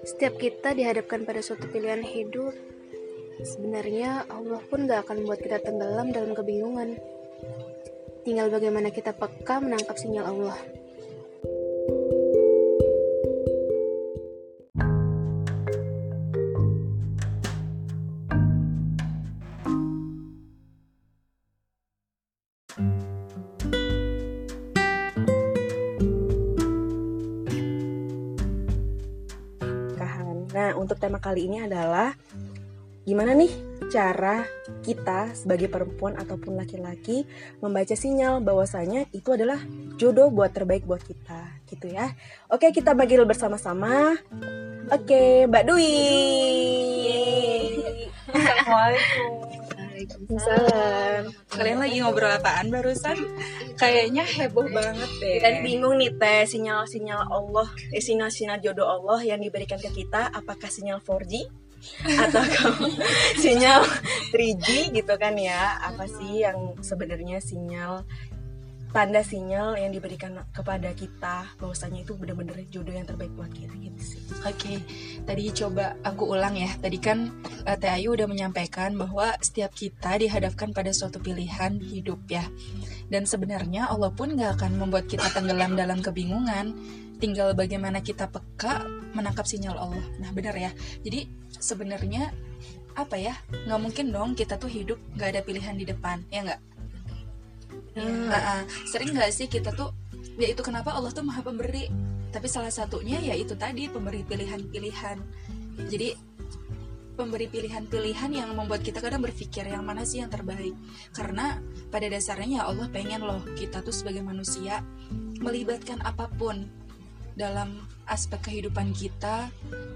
Setiap kita dihadapkan pada suatu pilihan hidup, sebenarnya Allah pun gak akan membuat kita tenggelam dalam kebingungan. Tinggal bagaimana kita peka menangkap sinyal Allah. Nah, untuk tema kali ini adalah gimana nih cara kita sebagai perempuan ataupun laki-laki membaca sinyal bahwasanya itu adalah jodoh buat terbaik buat kita, gitu ya. Oke, kita bagil bersama-sama. Oke, Mbak Dwi. Assalamualaikum. Waalaikumsalam. Kalian lagi ngobrol apaan barusan? Kayaknya heboh banget deh. Kita bingung nih Teh, sinyal-sinyal Allah, sinyal-sinyal jodoh Allah yang diberikan ke kita, apakah sinyal 4G atau sinyal 3G gitu kan ya? Apa sih yang sebenarnya tanda sinyal yang diberikan kepada kita bahwasanya itu benar-benar jodoh yang terbaik buat kita gitu sih. Oke, tadi coba aku ulang ya. Tadi kan Teh Ayu udah menyampaikan bahwa setiap kita dihadapkan pada suatu pilihan hidup ya. Dan sebenarnya Allah pun gak akan membuat kita tenggelam dalam kebingungan. Tinggal bagaimana kita peka menangkap sinyal Allah. Nah benar ya. Jadi sebenarnya apa ya? Gak mungkin dong kita tuh hidup gak ada pilihan di depan, ya gak? Sering gak sih kita tuh, ya itu kenapa Allah tuh maha pemberi. Tapi salah satunya ya itu tadi, pemberi pilihan-pilihan. Jadi pemberi pilihan-pilihan yang membuat kita kadang berpikir yang mana sih yang terbaik. Karena pada dasarnya ya Allah pengen loh kita tuh sebagai manusia melibatkan apapun dalam aspek kehidupan kita,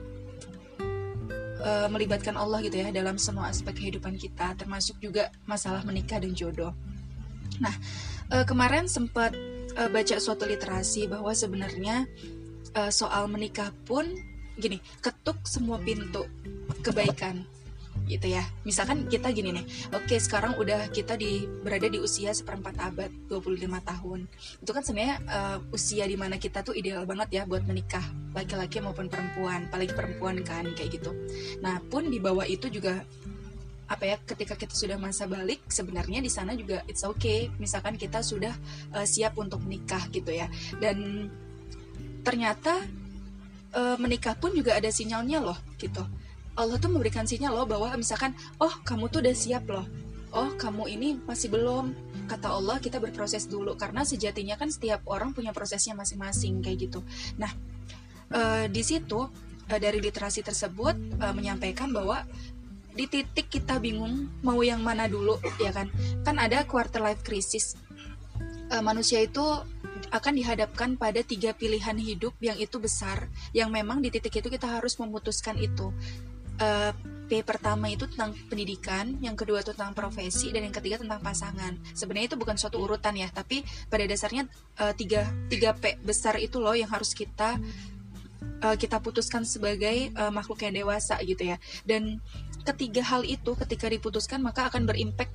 melibatkan Allah gitu ya dalam semua aspek kehidupan kita, termasuk juga masalah menikah dan jodoh. Nah, kemarin sempat baca suatu literasi bahwa sebenarnya soal menikah pun gini, ketuk semua pintu kebaikan gitu ya. Misalkan kita gini nih, oke sekarang udah kita berada di usia seperempat abad, 25 tahun. Itu kan sebenarnya usia dimana kita tuh ideal banget ya buat menikah, laki-laki maupun perempuan, apalagi perempuan kan kayak gitu. Nah pun di bawah itu juga apa ya, ketika kita sudah masa balik sebenarnya di sana juga it's okay misalkan kita sudah siap untuk menikah gitu ya. Dan ternyata menikah pun juga ada sinyalnya loh gitu. Allah tuh memberikan sinyal loh bahwa misalkan oh kamu tuh udah siap loh, oh kamu ini masih belum. Kata Allah kita berproses dulu karena sejatinya kan setiap orang punya prosesnya masing-masing kayak gitu. Nah di situ dari literasi tersebut menyampaikan bahwa di titik kita bingung mau yang mana dulu ya kan ada quarter life crisis. Manusia itu akan dihadapkan pada 3 pilihan hidup yang itu besar, yang memang di titik itu kita harus memutuskan itu. P pertama itu tentang pendidikan, yang kedua itu tentang profesi, dan yang ketiga tentang pasangan. Sebenarnya itu bukan suatu urutan ya, tapi pada dasarnya 3 P besar itu loh yang harus kita putuskan sebagai makhluk yang dewasa gitu ya. Dan ketiga hal itu ketika diputuskan maka akan berimpact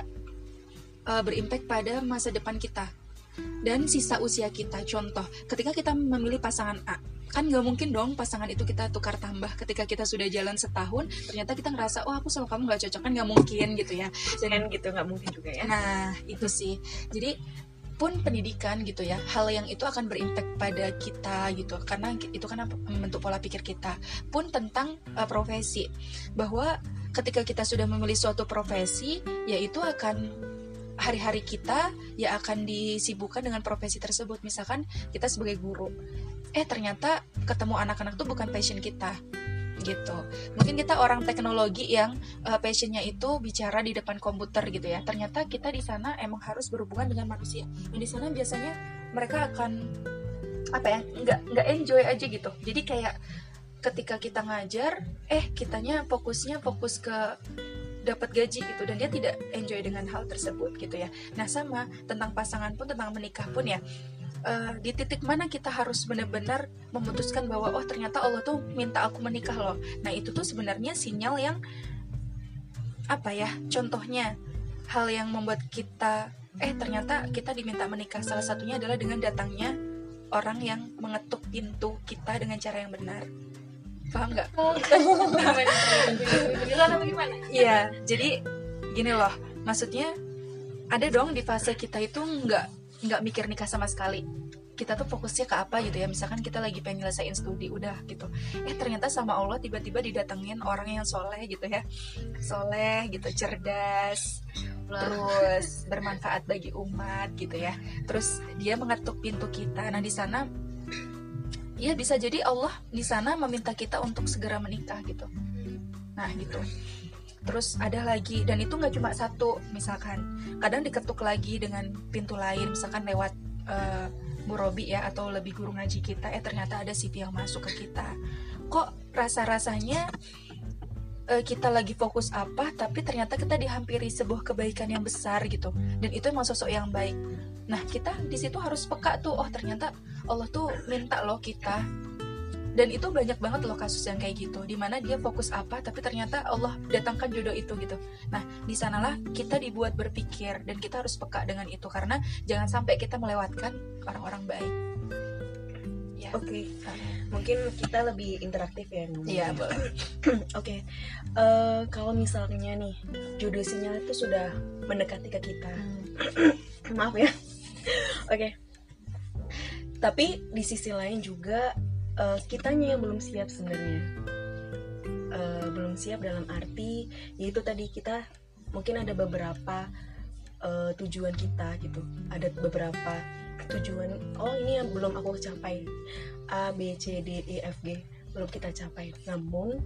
pada masa depan kita dan sisa usia kita. Contoh, ketika kita memilih pasangan A, kan gak mungkin dong pasangan itu kita tukar tambah ketika kita sudah jalan setahun ternyata kita ngerasa oh aku sama kamu gak cocok, kan gak mungkin gitu ya. Dan gitu gak mungkin juga ya. Nah itu sih, jadi pun pendidikan gitu ya, hal yang itu akan berimpact pada kita gitu, karena itu kan membentuk pola pikir kita. Pun tentang profesi, bahwa ketika kita sudah memilih suatu profesi, yaitu akan hari-hari kita ya akan disibukkan dengan profesi tersebut. Misalkan kita sebagai guru, ternyata ketemu anak-anak tuh bukan passion kita gitu. Mungkin kita orang teknologi yang passionnya itu bicara di depan komputer gitu ya. Ternyata kita di sana emang harus berhubungan dengan manusia. Yang di sana biasanya mereka akan nggak enjoy aja gitu. Jadi kayak ketika kita ngajar, kitanya fokus ke dapat gaji gitu, dan dia tidak enjoy dengan hal tersebut gitu ya. Nah sama tentang pasangan pun, tentang menikah pun ya. Di titik mana kita harus benar-benar memutuskan bahwa oh ternyata Allah tuh minta aku menikah loh. Nah itu tuh sebenarnya sinyal yang contohnya hal yang membuat kita ternyata kita diminta menikah. Salah satunya adalah dengan datangnya orang yang mengetuk pintu kita dengan cara yang benar. Paham nggak? Beneran apa gimana? Iya, jadi gini loh, maksudnya ada dong di fase kita itu nggak mikir nikah sama sekali. Kita tuh fokusnya ke apa gitu ya, misalkan kita lagi pengen nyelesain studi udah gitu, ternyata sama Allah tiba-tiba didatengin orang yang soleh gitu ya, soleh gitu, cerdas, terus bermanfaat bagi umat gitu ya, terus dia mengetuk pintu kita. Nah di sana ya bisa jadi Allah di sana meminta kita untuk segera menikah gitu. Nah gitu. Terus ada lagi, dan itu nggak cuma satu, misalkan kadang diketuk lagi dengan pintu lain, misalkan lewat Murobi ya, atau lebih guru ngaji kita, ternyata ada CV yang masuk ke kita. Kok rasa-rasanya kita lagi fokus apa, tapi ternyata kita dihampiri sebuah kebaikan yang besar gitu, dan itu emang sosok yang baik. Nah kita di situ harus peka tuh, oh ternyata Allah tuh minta loh kita. Dan itu banyak banget loh kasus yang kayak gitu, dimana dia fokus apa tapi ternyata Allah datangkan jodoh itu gitu. Nah di sanalah kita dibuat berpikir, dan kita harus peka dengan itu, karena jangan sampai kita melewatkan orang-orang baik ya. Oke. Mungkin kita lebih interaktif ya ngomongnya. Iya boleh. Oke. Kalau misalnya nih jodoh sinyal itu sudah mendekati ke kita, maaf ya. Oke. Tapi di sisi lain juga kitanya yang belum siap sebenarnya. Belum siap dalam arti yaitu tadi kita mungkin ada beberapa tujuan kita gitu, ada beberapa tujuan, oh ini yang belum aku capai, A, B, C, D, E, F, G belum kita capai, namun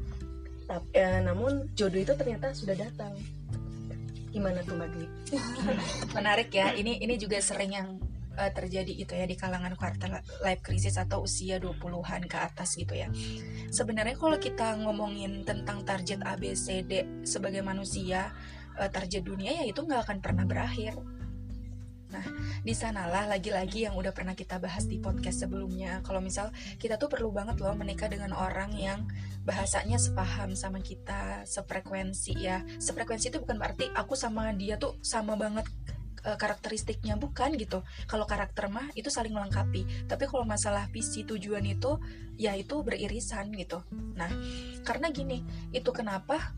jodoh itu ternyata sudah datang. Gimana tuh Mbak Dwi? Menarik ya, ini juga sering yang terjadi gitu ya di kalangan quarter life crisis atau usia 20-an ke atas gitu ya. Sebenarnya kalau kita ngomongin tentang target A, B, C, D sebagai manusia, target dunia ya itu nggak akan pernah berakhir. Nah, di sanalah lagi-lagi yang udah pernah kita bahas di podcast sebelumnya, kalau misal kita tuh perlu banget loh menikah dengan orang yang bahasanya sepaham sama kita, sefrekuensi ya. Sefrekuensi itu bukan berarti aku sama dia tuh sama banget karakteristiknya, bukan gitu. Kalau karakter mah itu saling melengkapi, tapi kalau masalah visi tujuan itu ya itu beririsan gitu. Nah karena gini, itu kenapa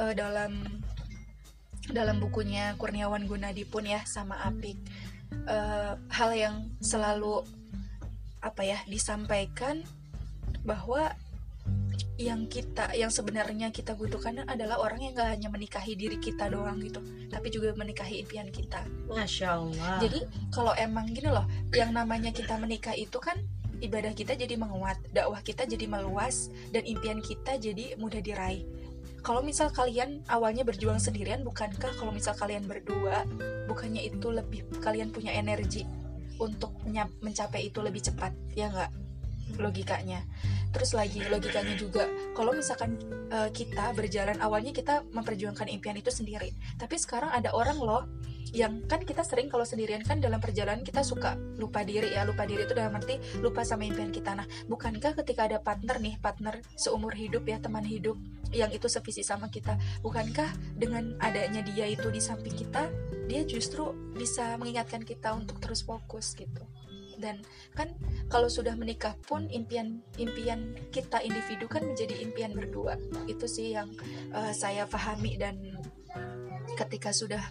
dalam bukunya Kurniawan Gunadi pun ya sama Apik, hal yang selalu disampaikan bahwa yang sebenarnya kita butuhkan adalah orang yang gak hanya menikahi diri kita doang gitu, tapi juga menikahi impian kita. Masya Allah. Jadi kalau emang gini loh, yang namanya kita menikah itu kan ibadah kita jadi menguat, dakwah kita jadi meluas, dan impian kita jadi mudah diraih. Kalau misal kalian awalnya berjuang sendirian, bukankah kalau misal kalian berdua, bukannya itu lebih kalian punya energi untuk mencapai itu lebih cepat, ya nggak? Logikanya. Terus lagi logikanya juga, kalau misalkan kita berjalan, awalnya kita memperjuangkan impian itu sendiri, tapi sekarang ada orang loh yang kan kita sering kalau sendirian kan dalam perjalanan kita suka lupa diri ya. Lupa diri itu dalam arti lupa sama impian kita. Nah bukankah ketika ada partner seumur hidup ya, teman hidup yang itu sevisi sama kita, bukankah dengan adanya dia itu di samping kita, dia justru bisa mengingatkan kita untuk terus fokus gitu. Dan kan kalau sudah menikah pun impian kita individu kan menjadi impian berdua. Itu sih yang saya pahami. Dan ketika sudah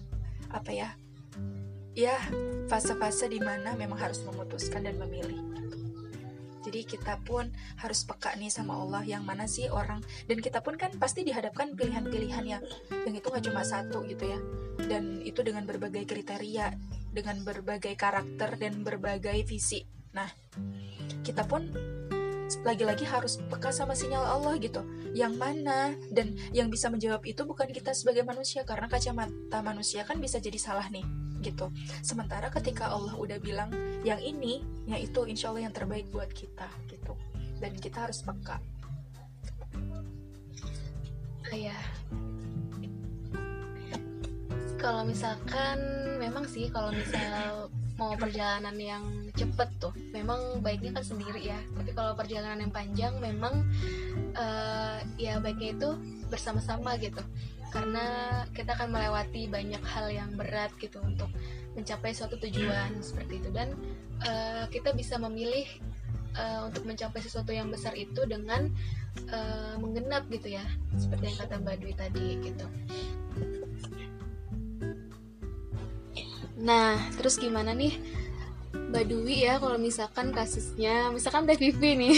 fase-fase dimana memang harus memutuskan dan memilih gitu. Jadi kita pun harus peka nih sama Allah, yang mana sih orang, dan kita pun kan pasti dihadapkan pilihan-pilihan yang itu gak cuma satu gitu ya, dan itu dengan berbagai kriteria, dengan berbagai karakter dan berbagai visi. Nah kita pun lagi-lagi harus peka sama sinyal Allah gitu, yang mana, dan yang bisa menjawab itu bukan kita sebagai manusia, karena kacamata manusia kan bisa jadi salah nih gitu. Sementara ketika Allah udah bilang yang ini, ya itu insya Allah yang terbaik buat kita gitu, dan kita harus peka. Kalau misalkan memang sih, kalau misal mau perjalanan yang cepet tuh memang baiknya kan sendiri ya, tapi kalau perjalanan yang panjang memang ya baiknya itu bersama-sama gitu, karena kita akan melewati banyak hal yang berat gitu untuk mencapai suatu tujuan seperti itu. Dan kita bisa memilih untuk mencapai sesuatu yang besar itu dengan menggenap gitu ya, seperti yang kata Mbak Dwi tadi gitu. Nah, terus gimana nih Mbak Dwi ya, kalau misalkan kasusnya, misalkan Teh Vivi nih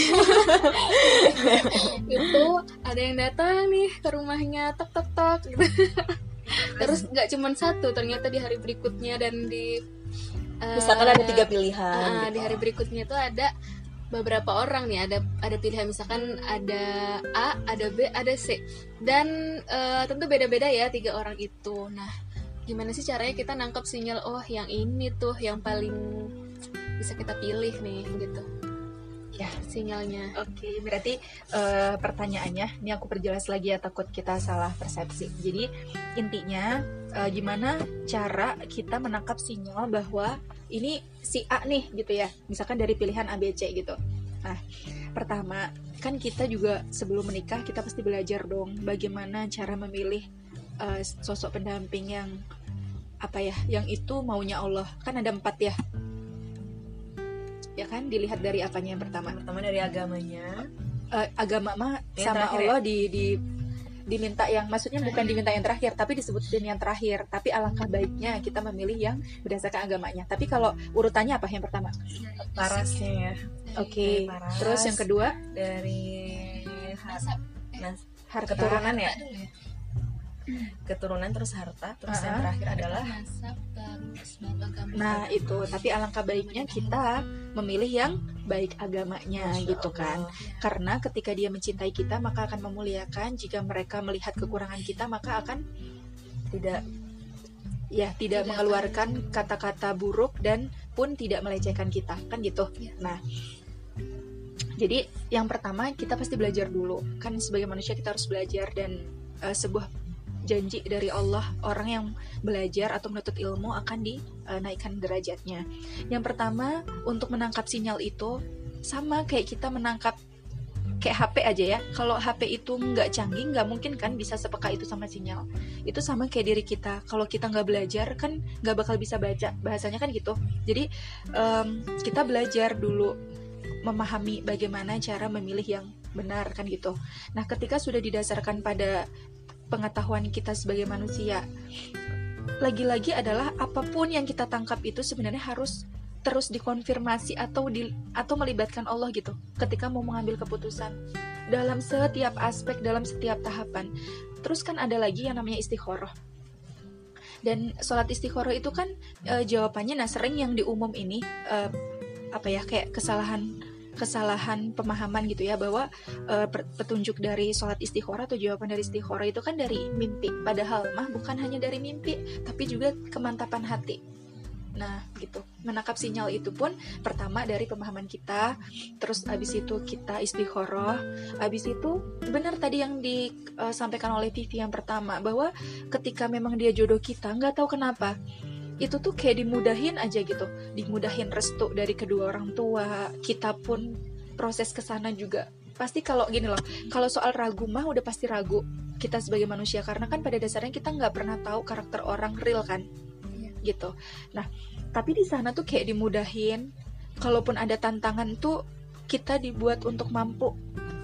itu ada yang datang nih ke rumahnya, tok tok tok gitu. Terus nggak cuma satu, ternyata di hari berikutnya dan di Misalkan ada 3 pilihan di hari berikutnya itu ada beberapa orang nih, ada pilihan, misalkan ada A, ada B, ada C, dan tentu beda-beda ya 3 orang itu. Nah, gimana sih caranya kita nangkap sinyal, oh yang ini tuh yang paling bisa kita pilih nih gitu ya sinyalnya. Oke, berarti pertanyaannya, ini aku perjelas lagi ya, takut kita salah persepsi. Jadi intinya gimana cara kita menangkap sinyal bahwa ini si A nih gitu ya, misalkan dari pilihan A, B, C gitu. Nah, pertama kan kita juga sebelum menikah kita pasti belajar dong bagaimana cara memilih sosok pendamping yang apa ya, yang itu maunya Allah. Kan ada 4 ya kan, dilihat dari apanya yang pertama dari agamanya. Agama mah Yang sama terakhir Allah diminta yang, maksudnya bukan diminta yang terakhir, tapi disebutin yang terakhir. Tapi alangkah baiknya kita memilih yang berdasarkan agamanya. Tapi kalau urutannya apa yang pertama? Parasnya ya. Oke. Terus yang kedua dari harta. keturunan ya. Keturunan, terus harta, terus yang terakhir adalah nasab, terus agama. Nah itu, tapi alangkah baiknya kita memilih yang baik agamanya gitu kan. Karena ketika dia mencintai kita maka akan memuliakan. Jika mereka melihat kekurangan kita maka akan tidak mengeluarkan kata-kata buruk dan pun tidak melecehkan kita, kan gitu. Nah, jadi yang pertama kita pasti belajar dulu. Kan sebagai manusia kita harus belajar, dan sebuah janji dari Allah, orang yang belajar atau menuntut ilmu akan dinaikkan derajatnya. Yang pertama, untuk menangkap sinyal itu sama kayak kita menangkap kayak HP aja ya. Kalau HP itu nggak canggih, nggak mungkin kan bisa sepeka itu sama sinyal. Itu sama kayak diri kita. Kalau kita nggak belajar kan nggak bakal bisa baca. Bahasanya kan gitu. Jadi kita belajar dulu memahami bagaimana cara memilih yang benar kan gitu. Nah, ketika sudah didasarkan pada pengetahuan kita sebagai manusia, lagi-lagi adalah apapun yang kita tangkap itu sebenarnya harus terus dikonfirmasi atau melibatkan Allah gitu ketika mau mengambil keputusan dalam setiap aspek, dalam setiap tahapan. Terus kan ada lagi yang namanya istikharah. Dan sholat istikharah itu kan jawabannya, sering yang di umum ini kayak kesalahan pemahaman gitu ya, bahwa petunjuk dari sholat istikharah atau jawaban dari istikharah itu kan dari mimpi, padahal mah bukan hanya dari mimpi tapi juga kemantapan hati. Nah gitu, menangkap sinyal itu pun pertama dari pemahaman kita, terus abis itu kita istikharah, abis itu benar tadi yang disampaikan oleh Vivi yang pertama, bahwa ketika memang dia jodoh kita, nggak tahu kenapa itu tuh kayak dimudahin aja gitu, dimudahin restu dari kedua orang tua. Kita pun proses kesana juga pasti. Kalau gini loh, kalau soal ragu mah udah pasti ragu kita sebagai manusia, karena kan pada dasarnya kita nggak pernah tahu karakter orang real kan, gitu. Nah, tapi di sana tuh kayak dimudahin. Kalaupun ada tantangan tuh kita dibuat untuk mampu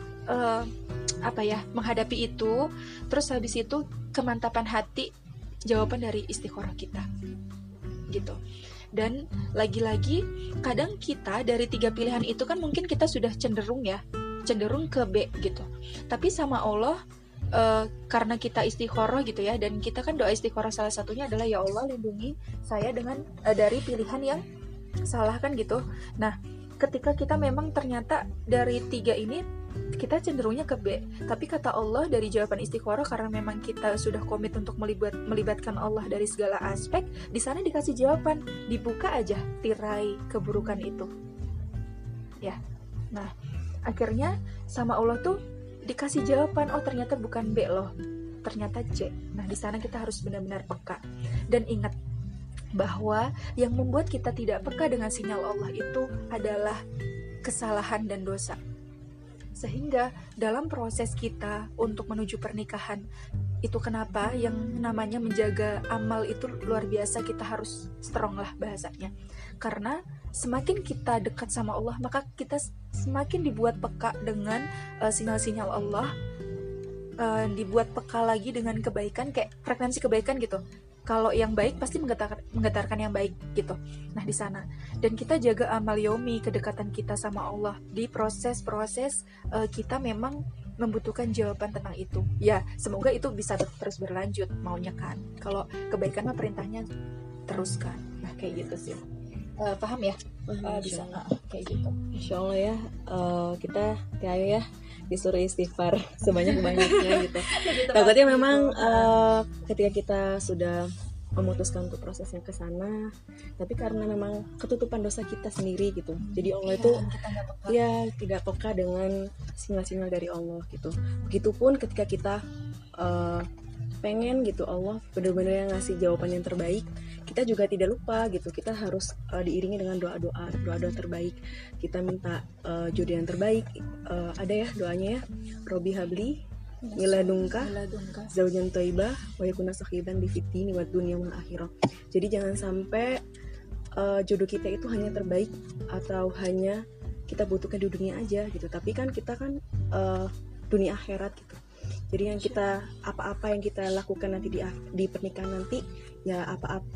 menghadapi itu. Terus habis itu kemantapan hati, jawaban dari istikharah kita gitu. Dan lagi-lagi kadang kita dari 3 pilihan itu kan mungkin kita sudah cenderung ke B gitu, tapi sama Allah karena kita istikharah gitu ya, dan kita kan doa istikharah salah satunya adalah ya Allah lindungi saya dari pilihan yang salah kan gitu. Nah, ketika kita memang ternyata dari 3 ini kita cenderungnya ke B, tapi kata Allah dari jawaban istikharah, karena memang kita sudah komit untuk melibatkan Allah dari segala aspek, di sana dikasih jawaban, dibuka aja tirai keburukan itu ya. Nah, akhirnya sama Allah tuh dikasih jawaban, oh ternyata bukan B loh, ternyata C. Nah, di sana kita harus benar-benar peka dan ingat bahwa yang membuat kita tidak peka dengan sinyal Allah itu adalah kesalahan dan dosa. Sehingga dalam proses kita untuk menuju pernikahan, itu kenapa yang namanya menjaga amal itu luar biasa, kita harus strong lah bahasanya. Karena semakin kita dekat sama Allah, maka kita semakin dibuat peka dengan sinyal-sinyal Allah, dibuat peka lagi dengan kebaikan, kayak frekuensi kebaikan gitu. Kalau yang baik pasti menggetarkan yang baik gitu. Nah di sana, dan kita jaga amal yomi, kedekatan kita sama Allah di proses-proses kita memang membutuhkan jawaban tentang itu. Ya semoga itu bisa terus berlanjut maunya kan. Kalau kebaikan mah perintahnya teruskan. Nah kayak gitu sih. Paham ya? Bisa kayak gitu. Insya Allah ya, kita kayak ya disuruh istighfar sebanyak-banyaknya gitu. Takutnya memang ketika kita sudah memutuskan untuk prosesnya ke sana, tapi karena memang ketutupan dosa kita sendiri gitu. Jadi Allah itu ya tidak peka dengan sinyal-sinyal dari Allah gitu. Begitupun ketika kita pengen gitu Allah benar-benar yang ngasih jawaban yang terbaik, kita juga tidak lupa gitu, kita harus diiringi dengan doa-doa terbaik. Kita minta jodoh yang terbaik. Ada ya doanya ya, Robi habli miladungka zaujan thayyibah wa yakuna sahiban bi fitni wad dunya wal akhirah. Jadi jangan sampai jodoh kita itu hanya terbaik atau hanya kita butuhkan di dunia aja gitu, tapi kan kita kan dunia akhirat gitu. Jadi yang kita apa-apa yang kita lakukan nanti di pernikahan nanti ya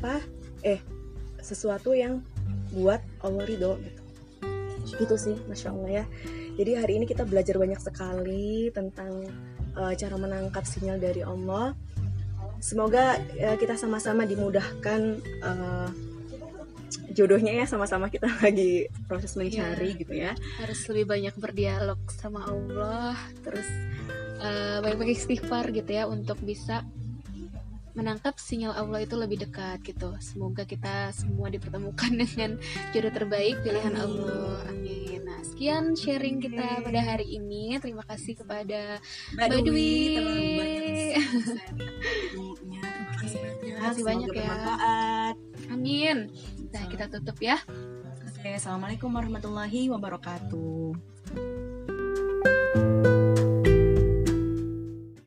sesuatu yang buat Allah ridho gitu sih, Masya Allah ya. Jadi hari ini kita belajar banyak sekali tentang cara menangkap sinyal dari Allah. Semoga kita sama-sama dimudahkan jodohnya ya, sama-sama kita lagi proses mencari gitu ya. Harus lebih banyak berdialog sama Allah, terus banyak-banyak istighfar gitu ya untuk bisa menangkap sinyal Allah itu lebih dekat gitu. Semoga kita semua dipertemukan dengan jodoh terbaik pilihan Allah. Amin. Nah, sekian sharing kita pada hari ini. Terima kasih kepada Mbak Dwi. Terima kasih banyak ya. Amin. Nah, kita tutup ya. Oke, assalamualaikum warahmatullahi wabarakatuh.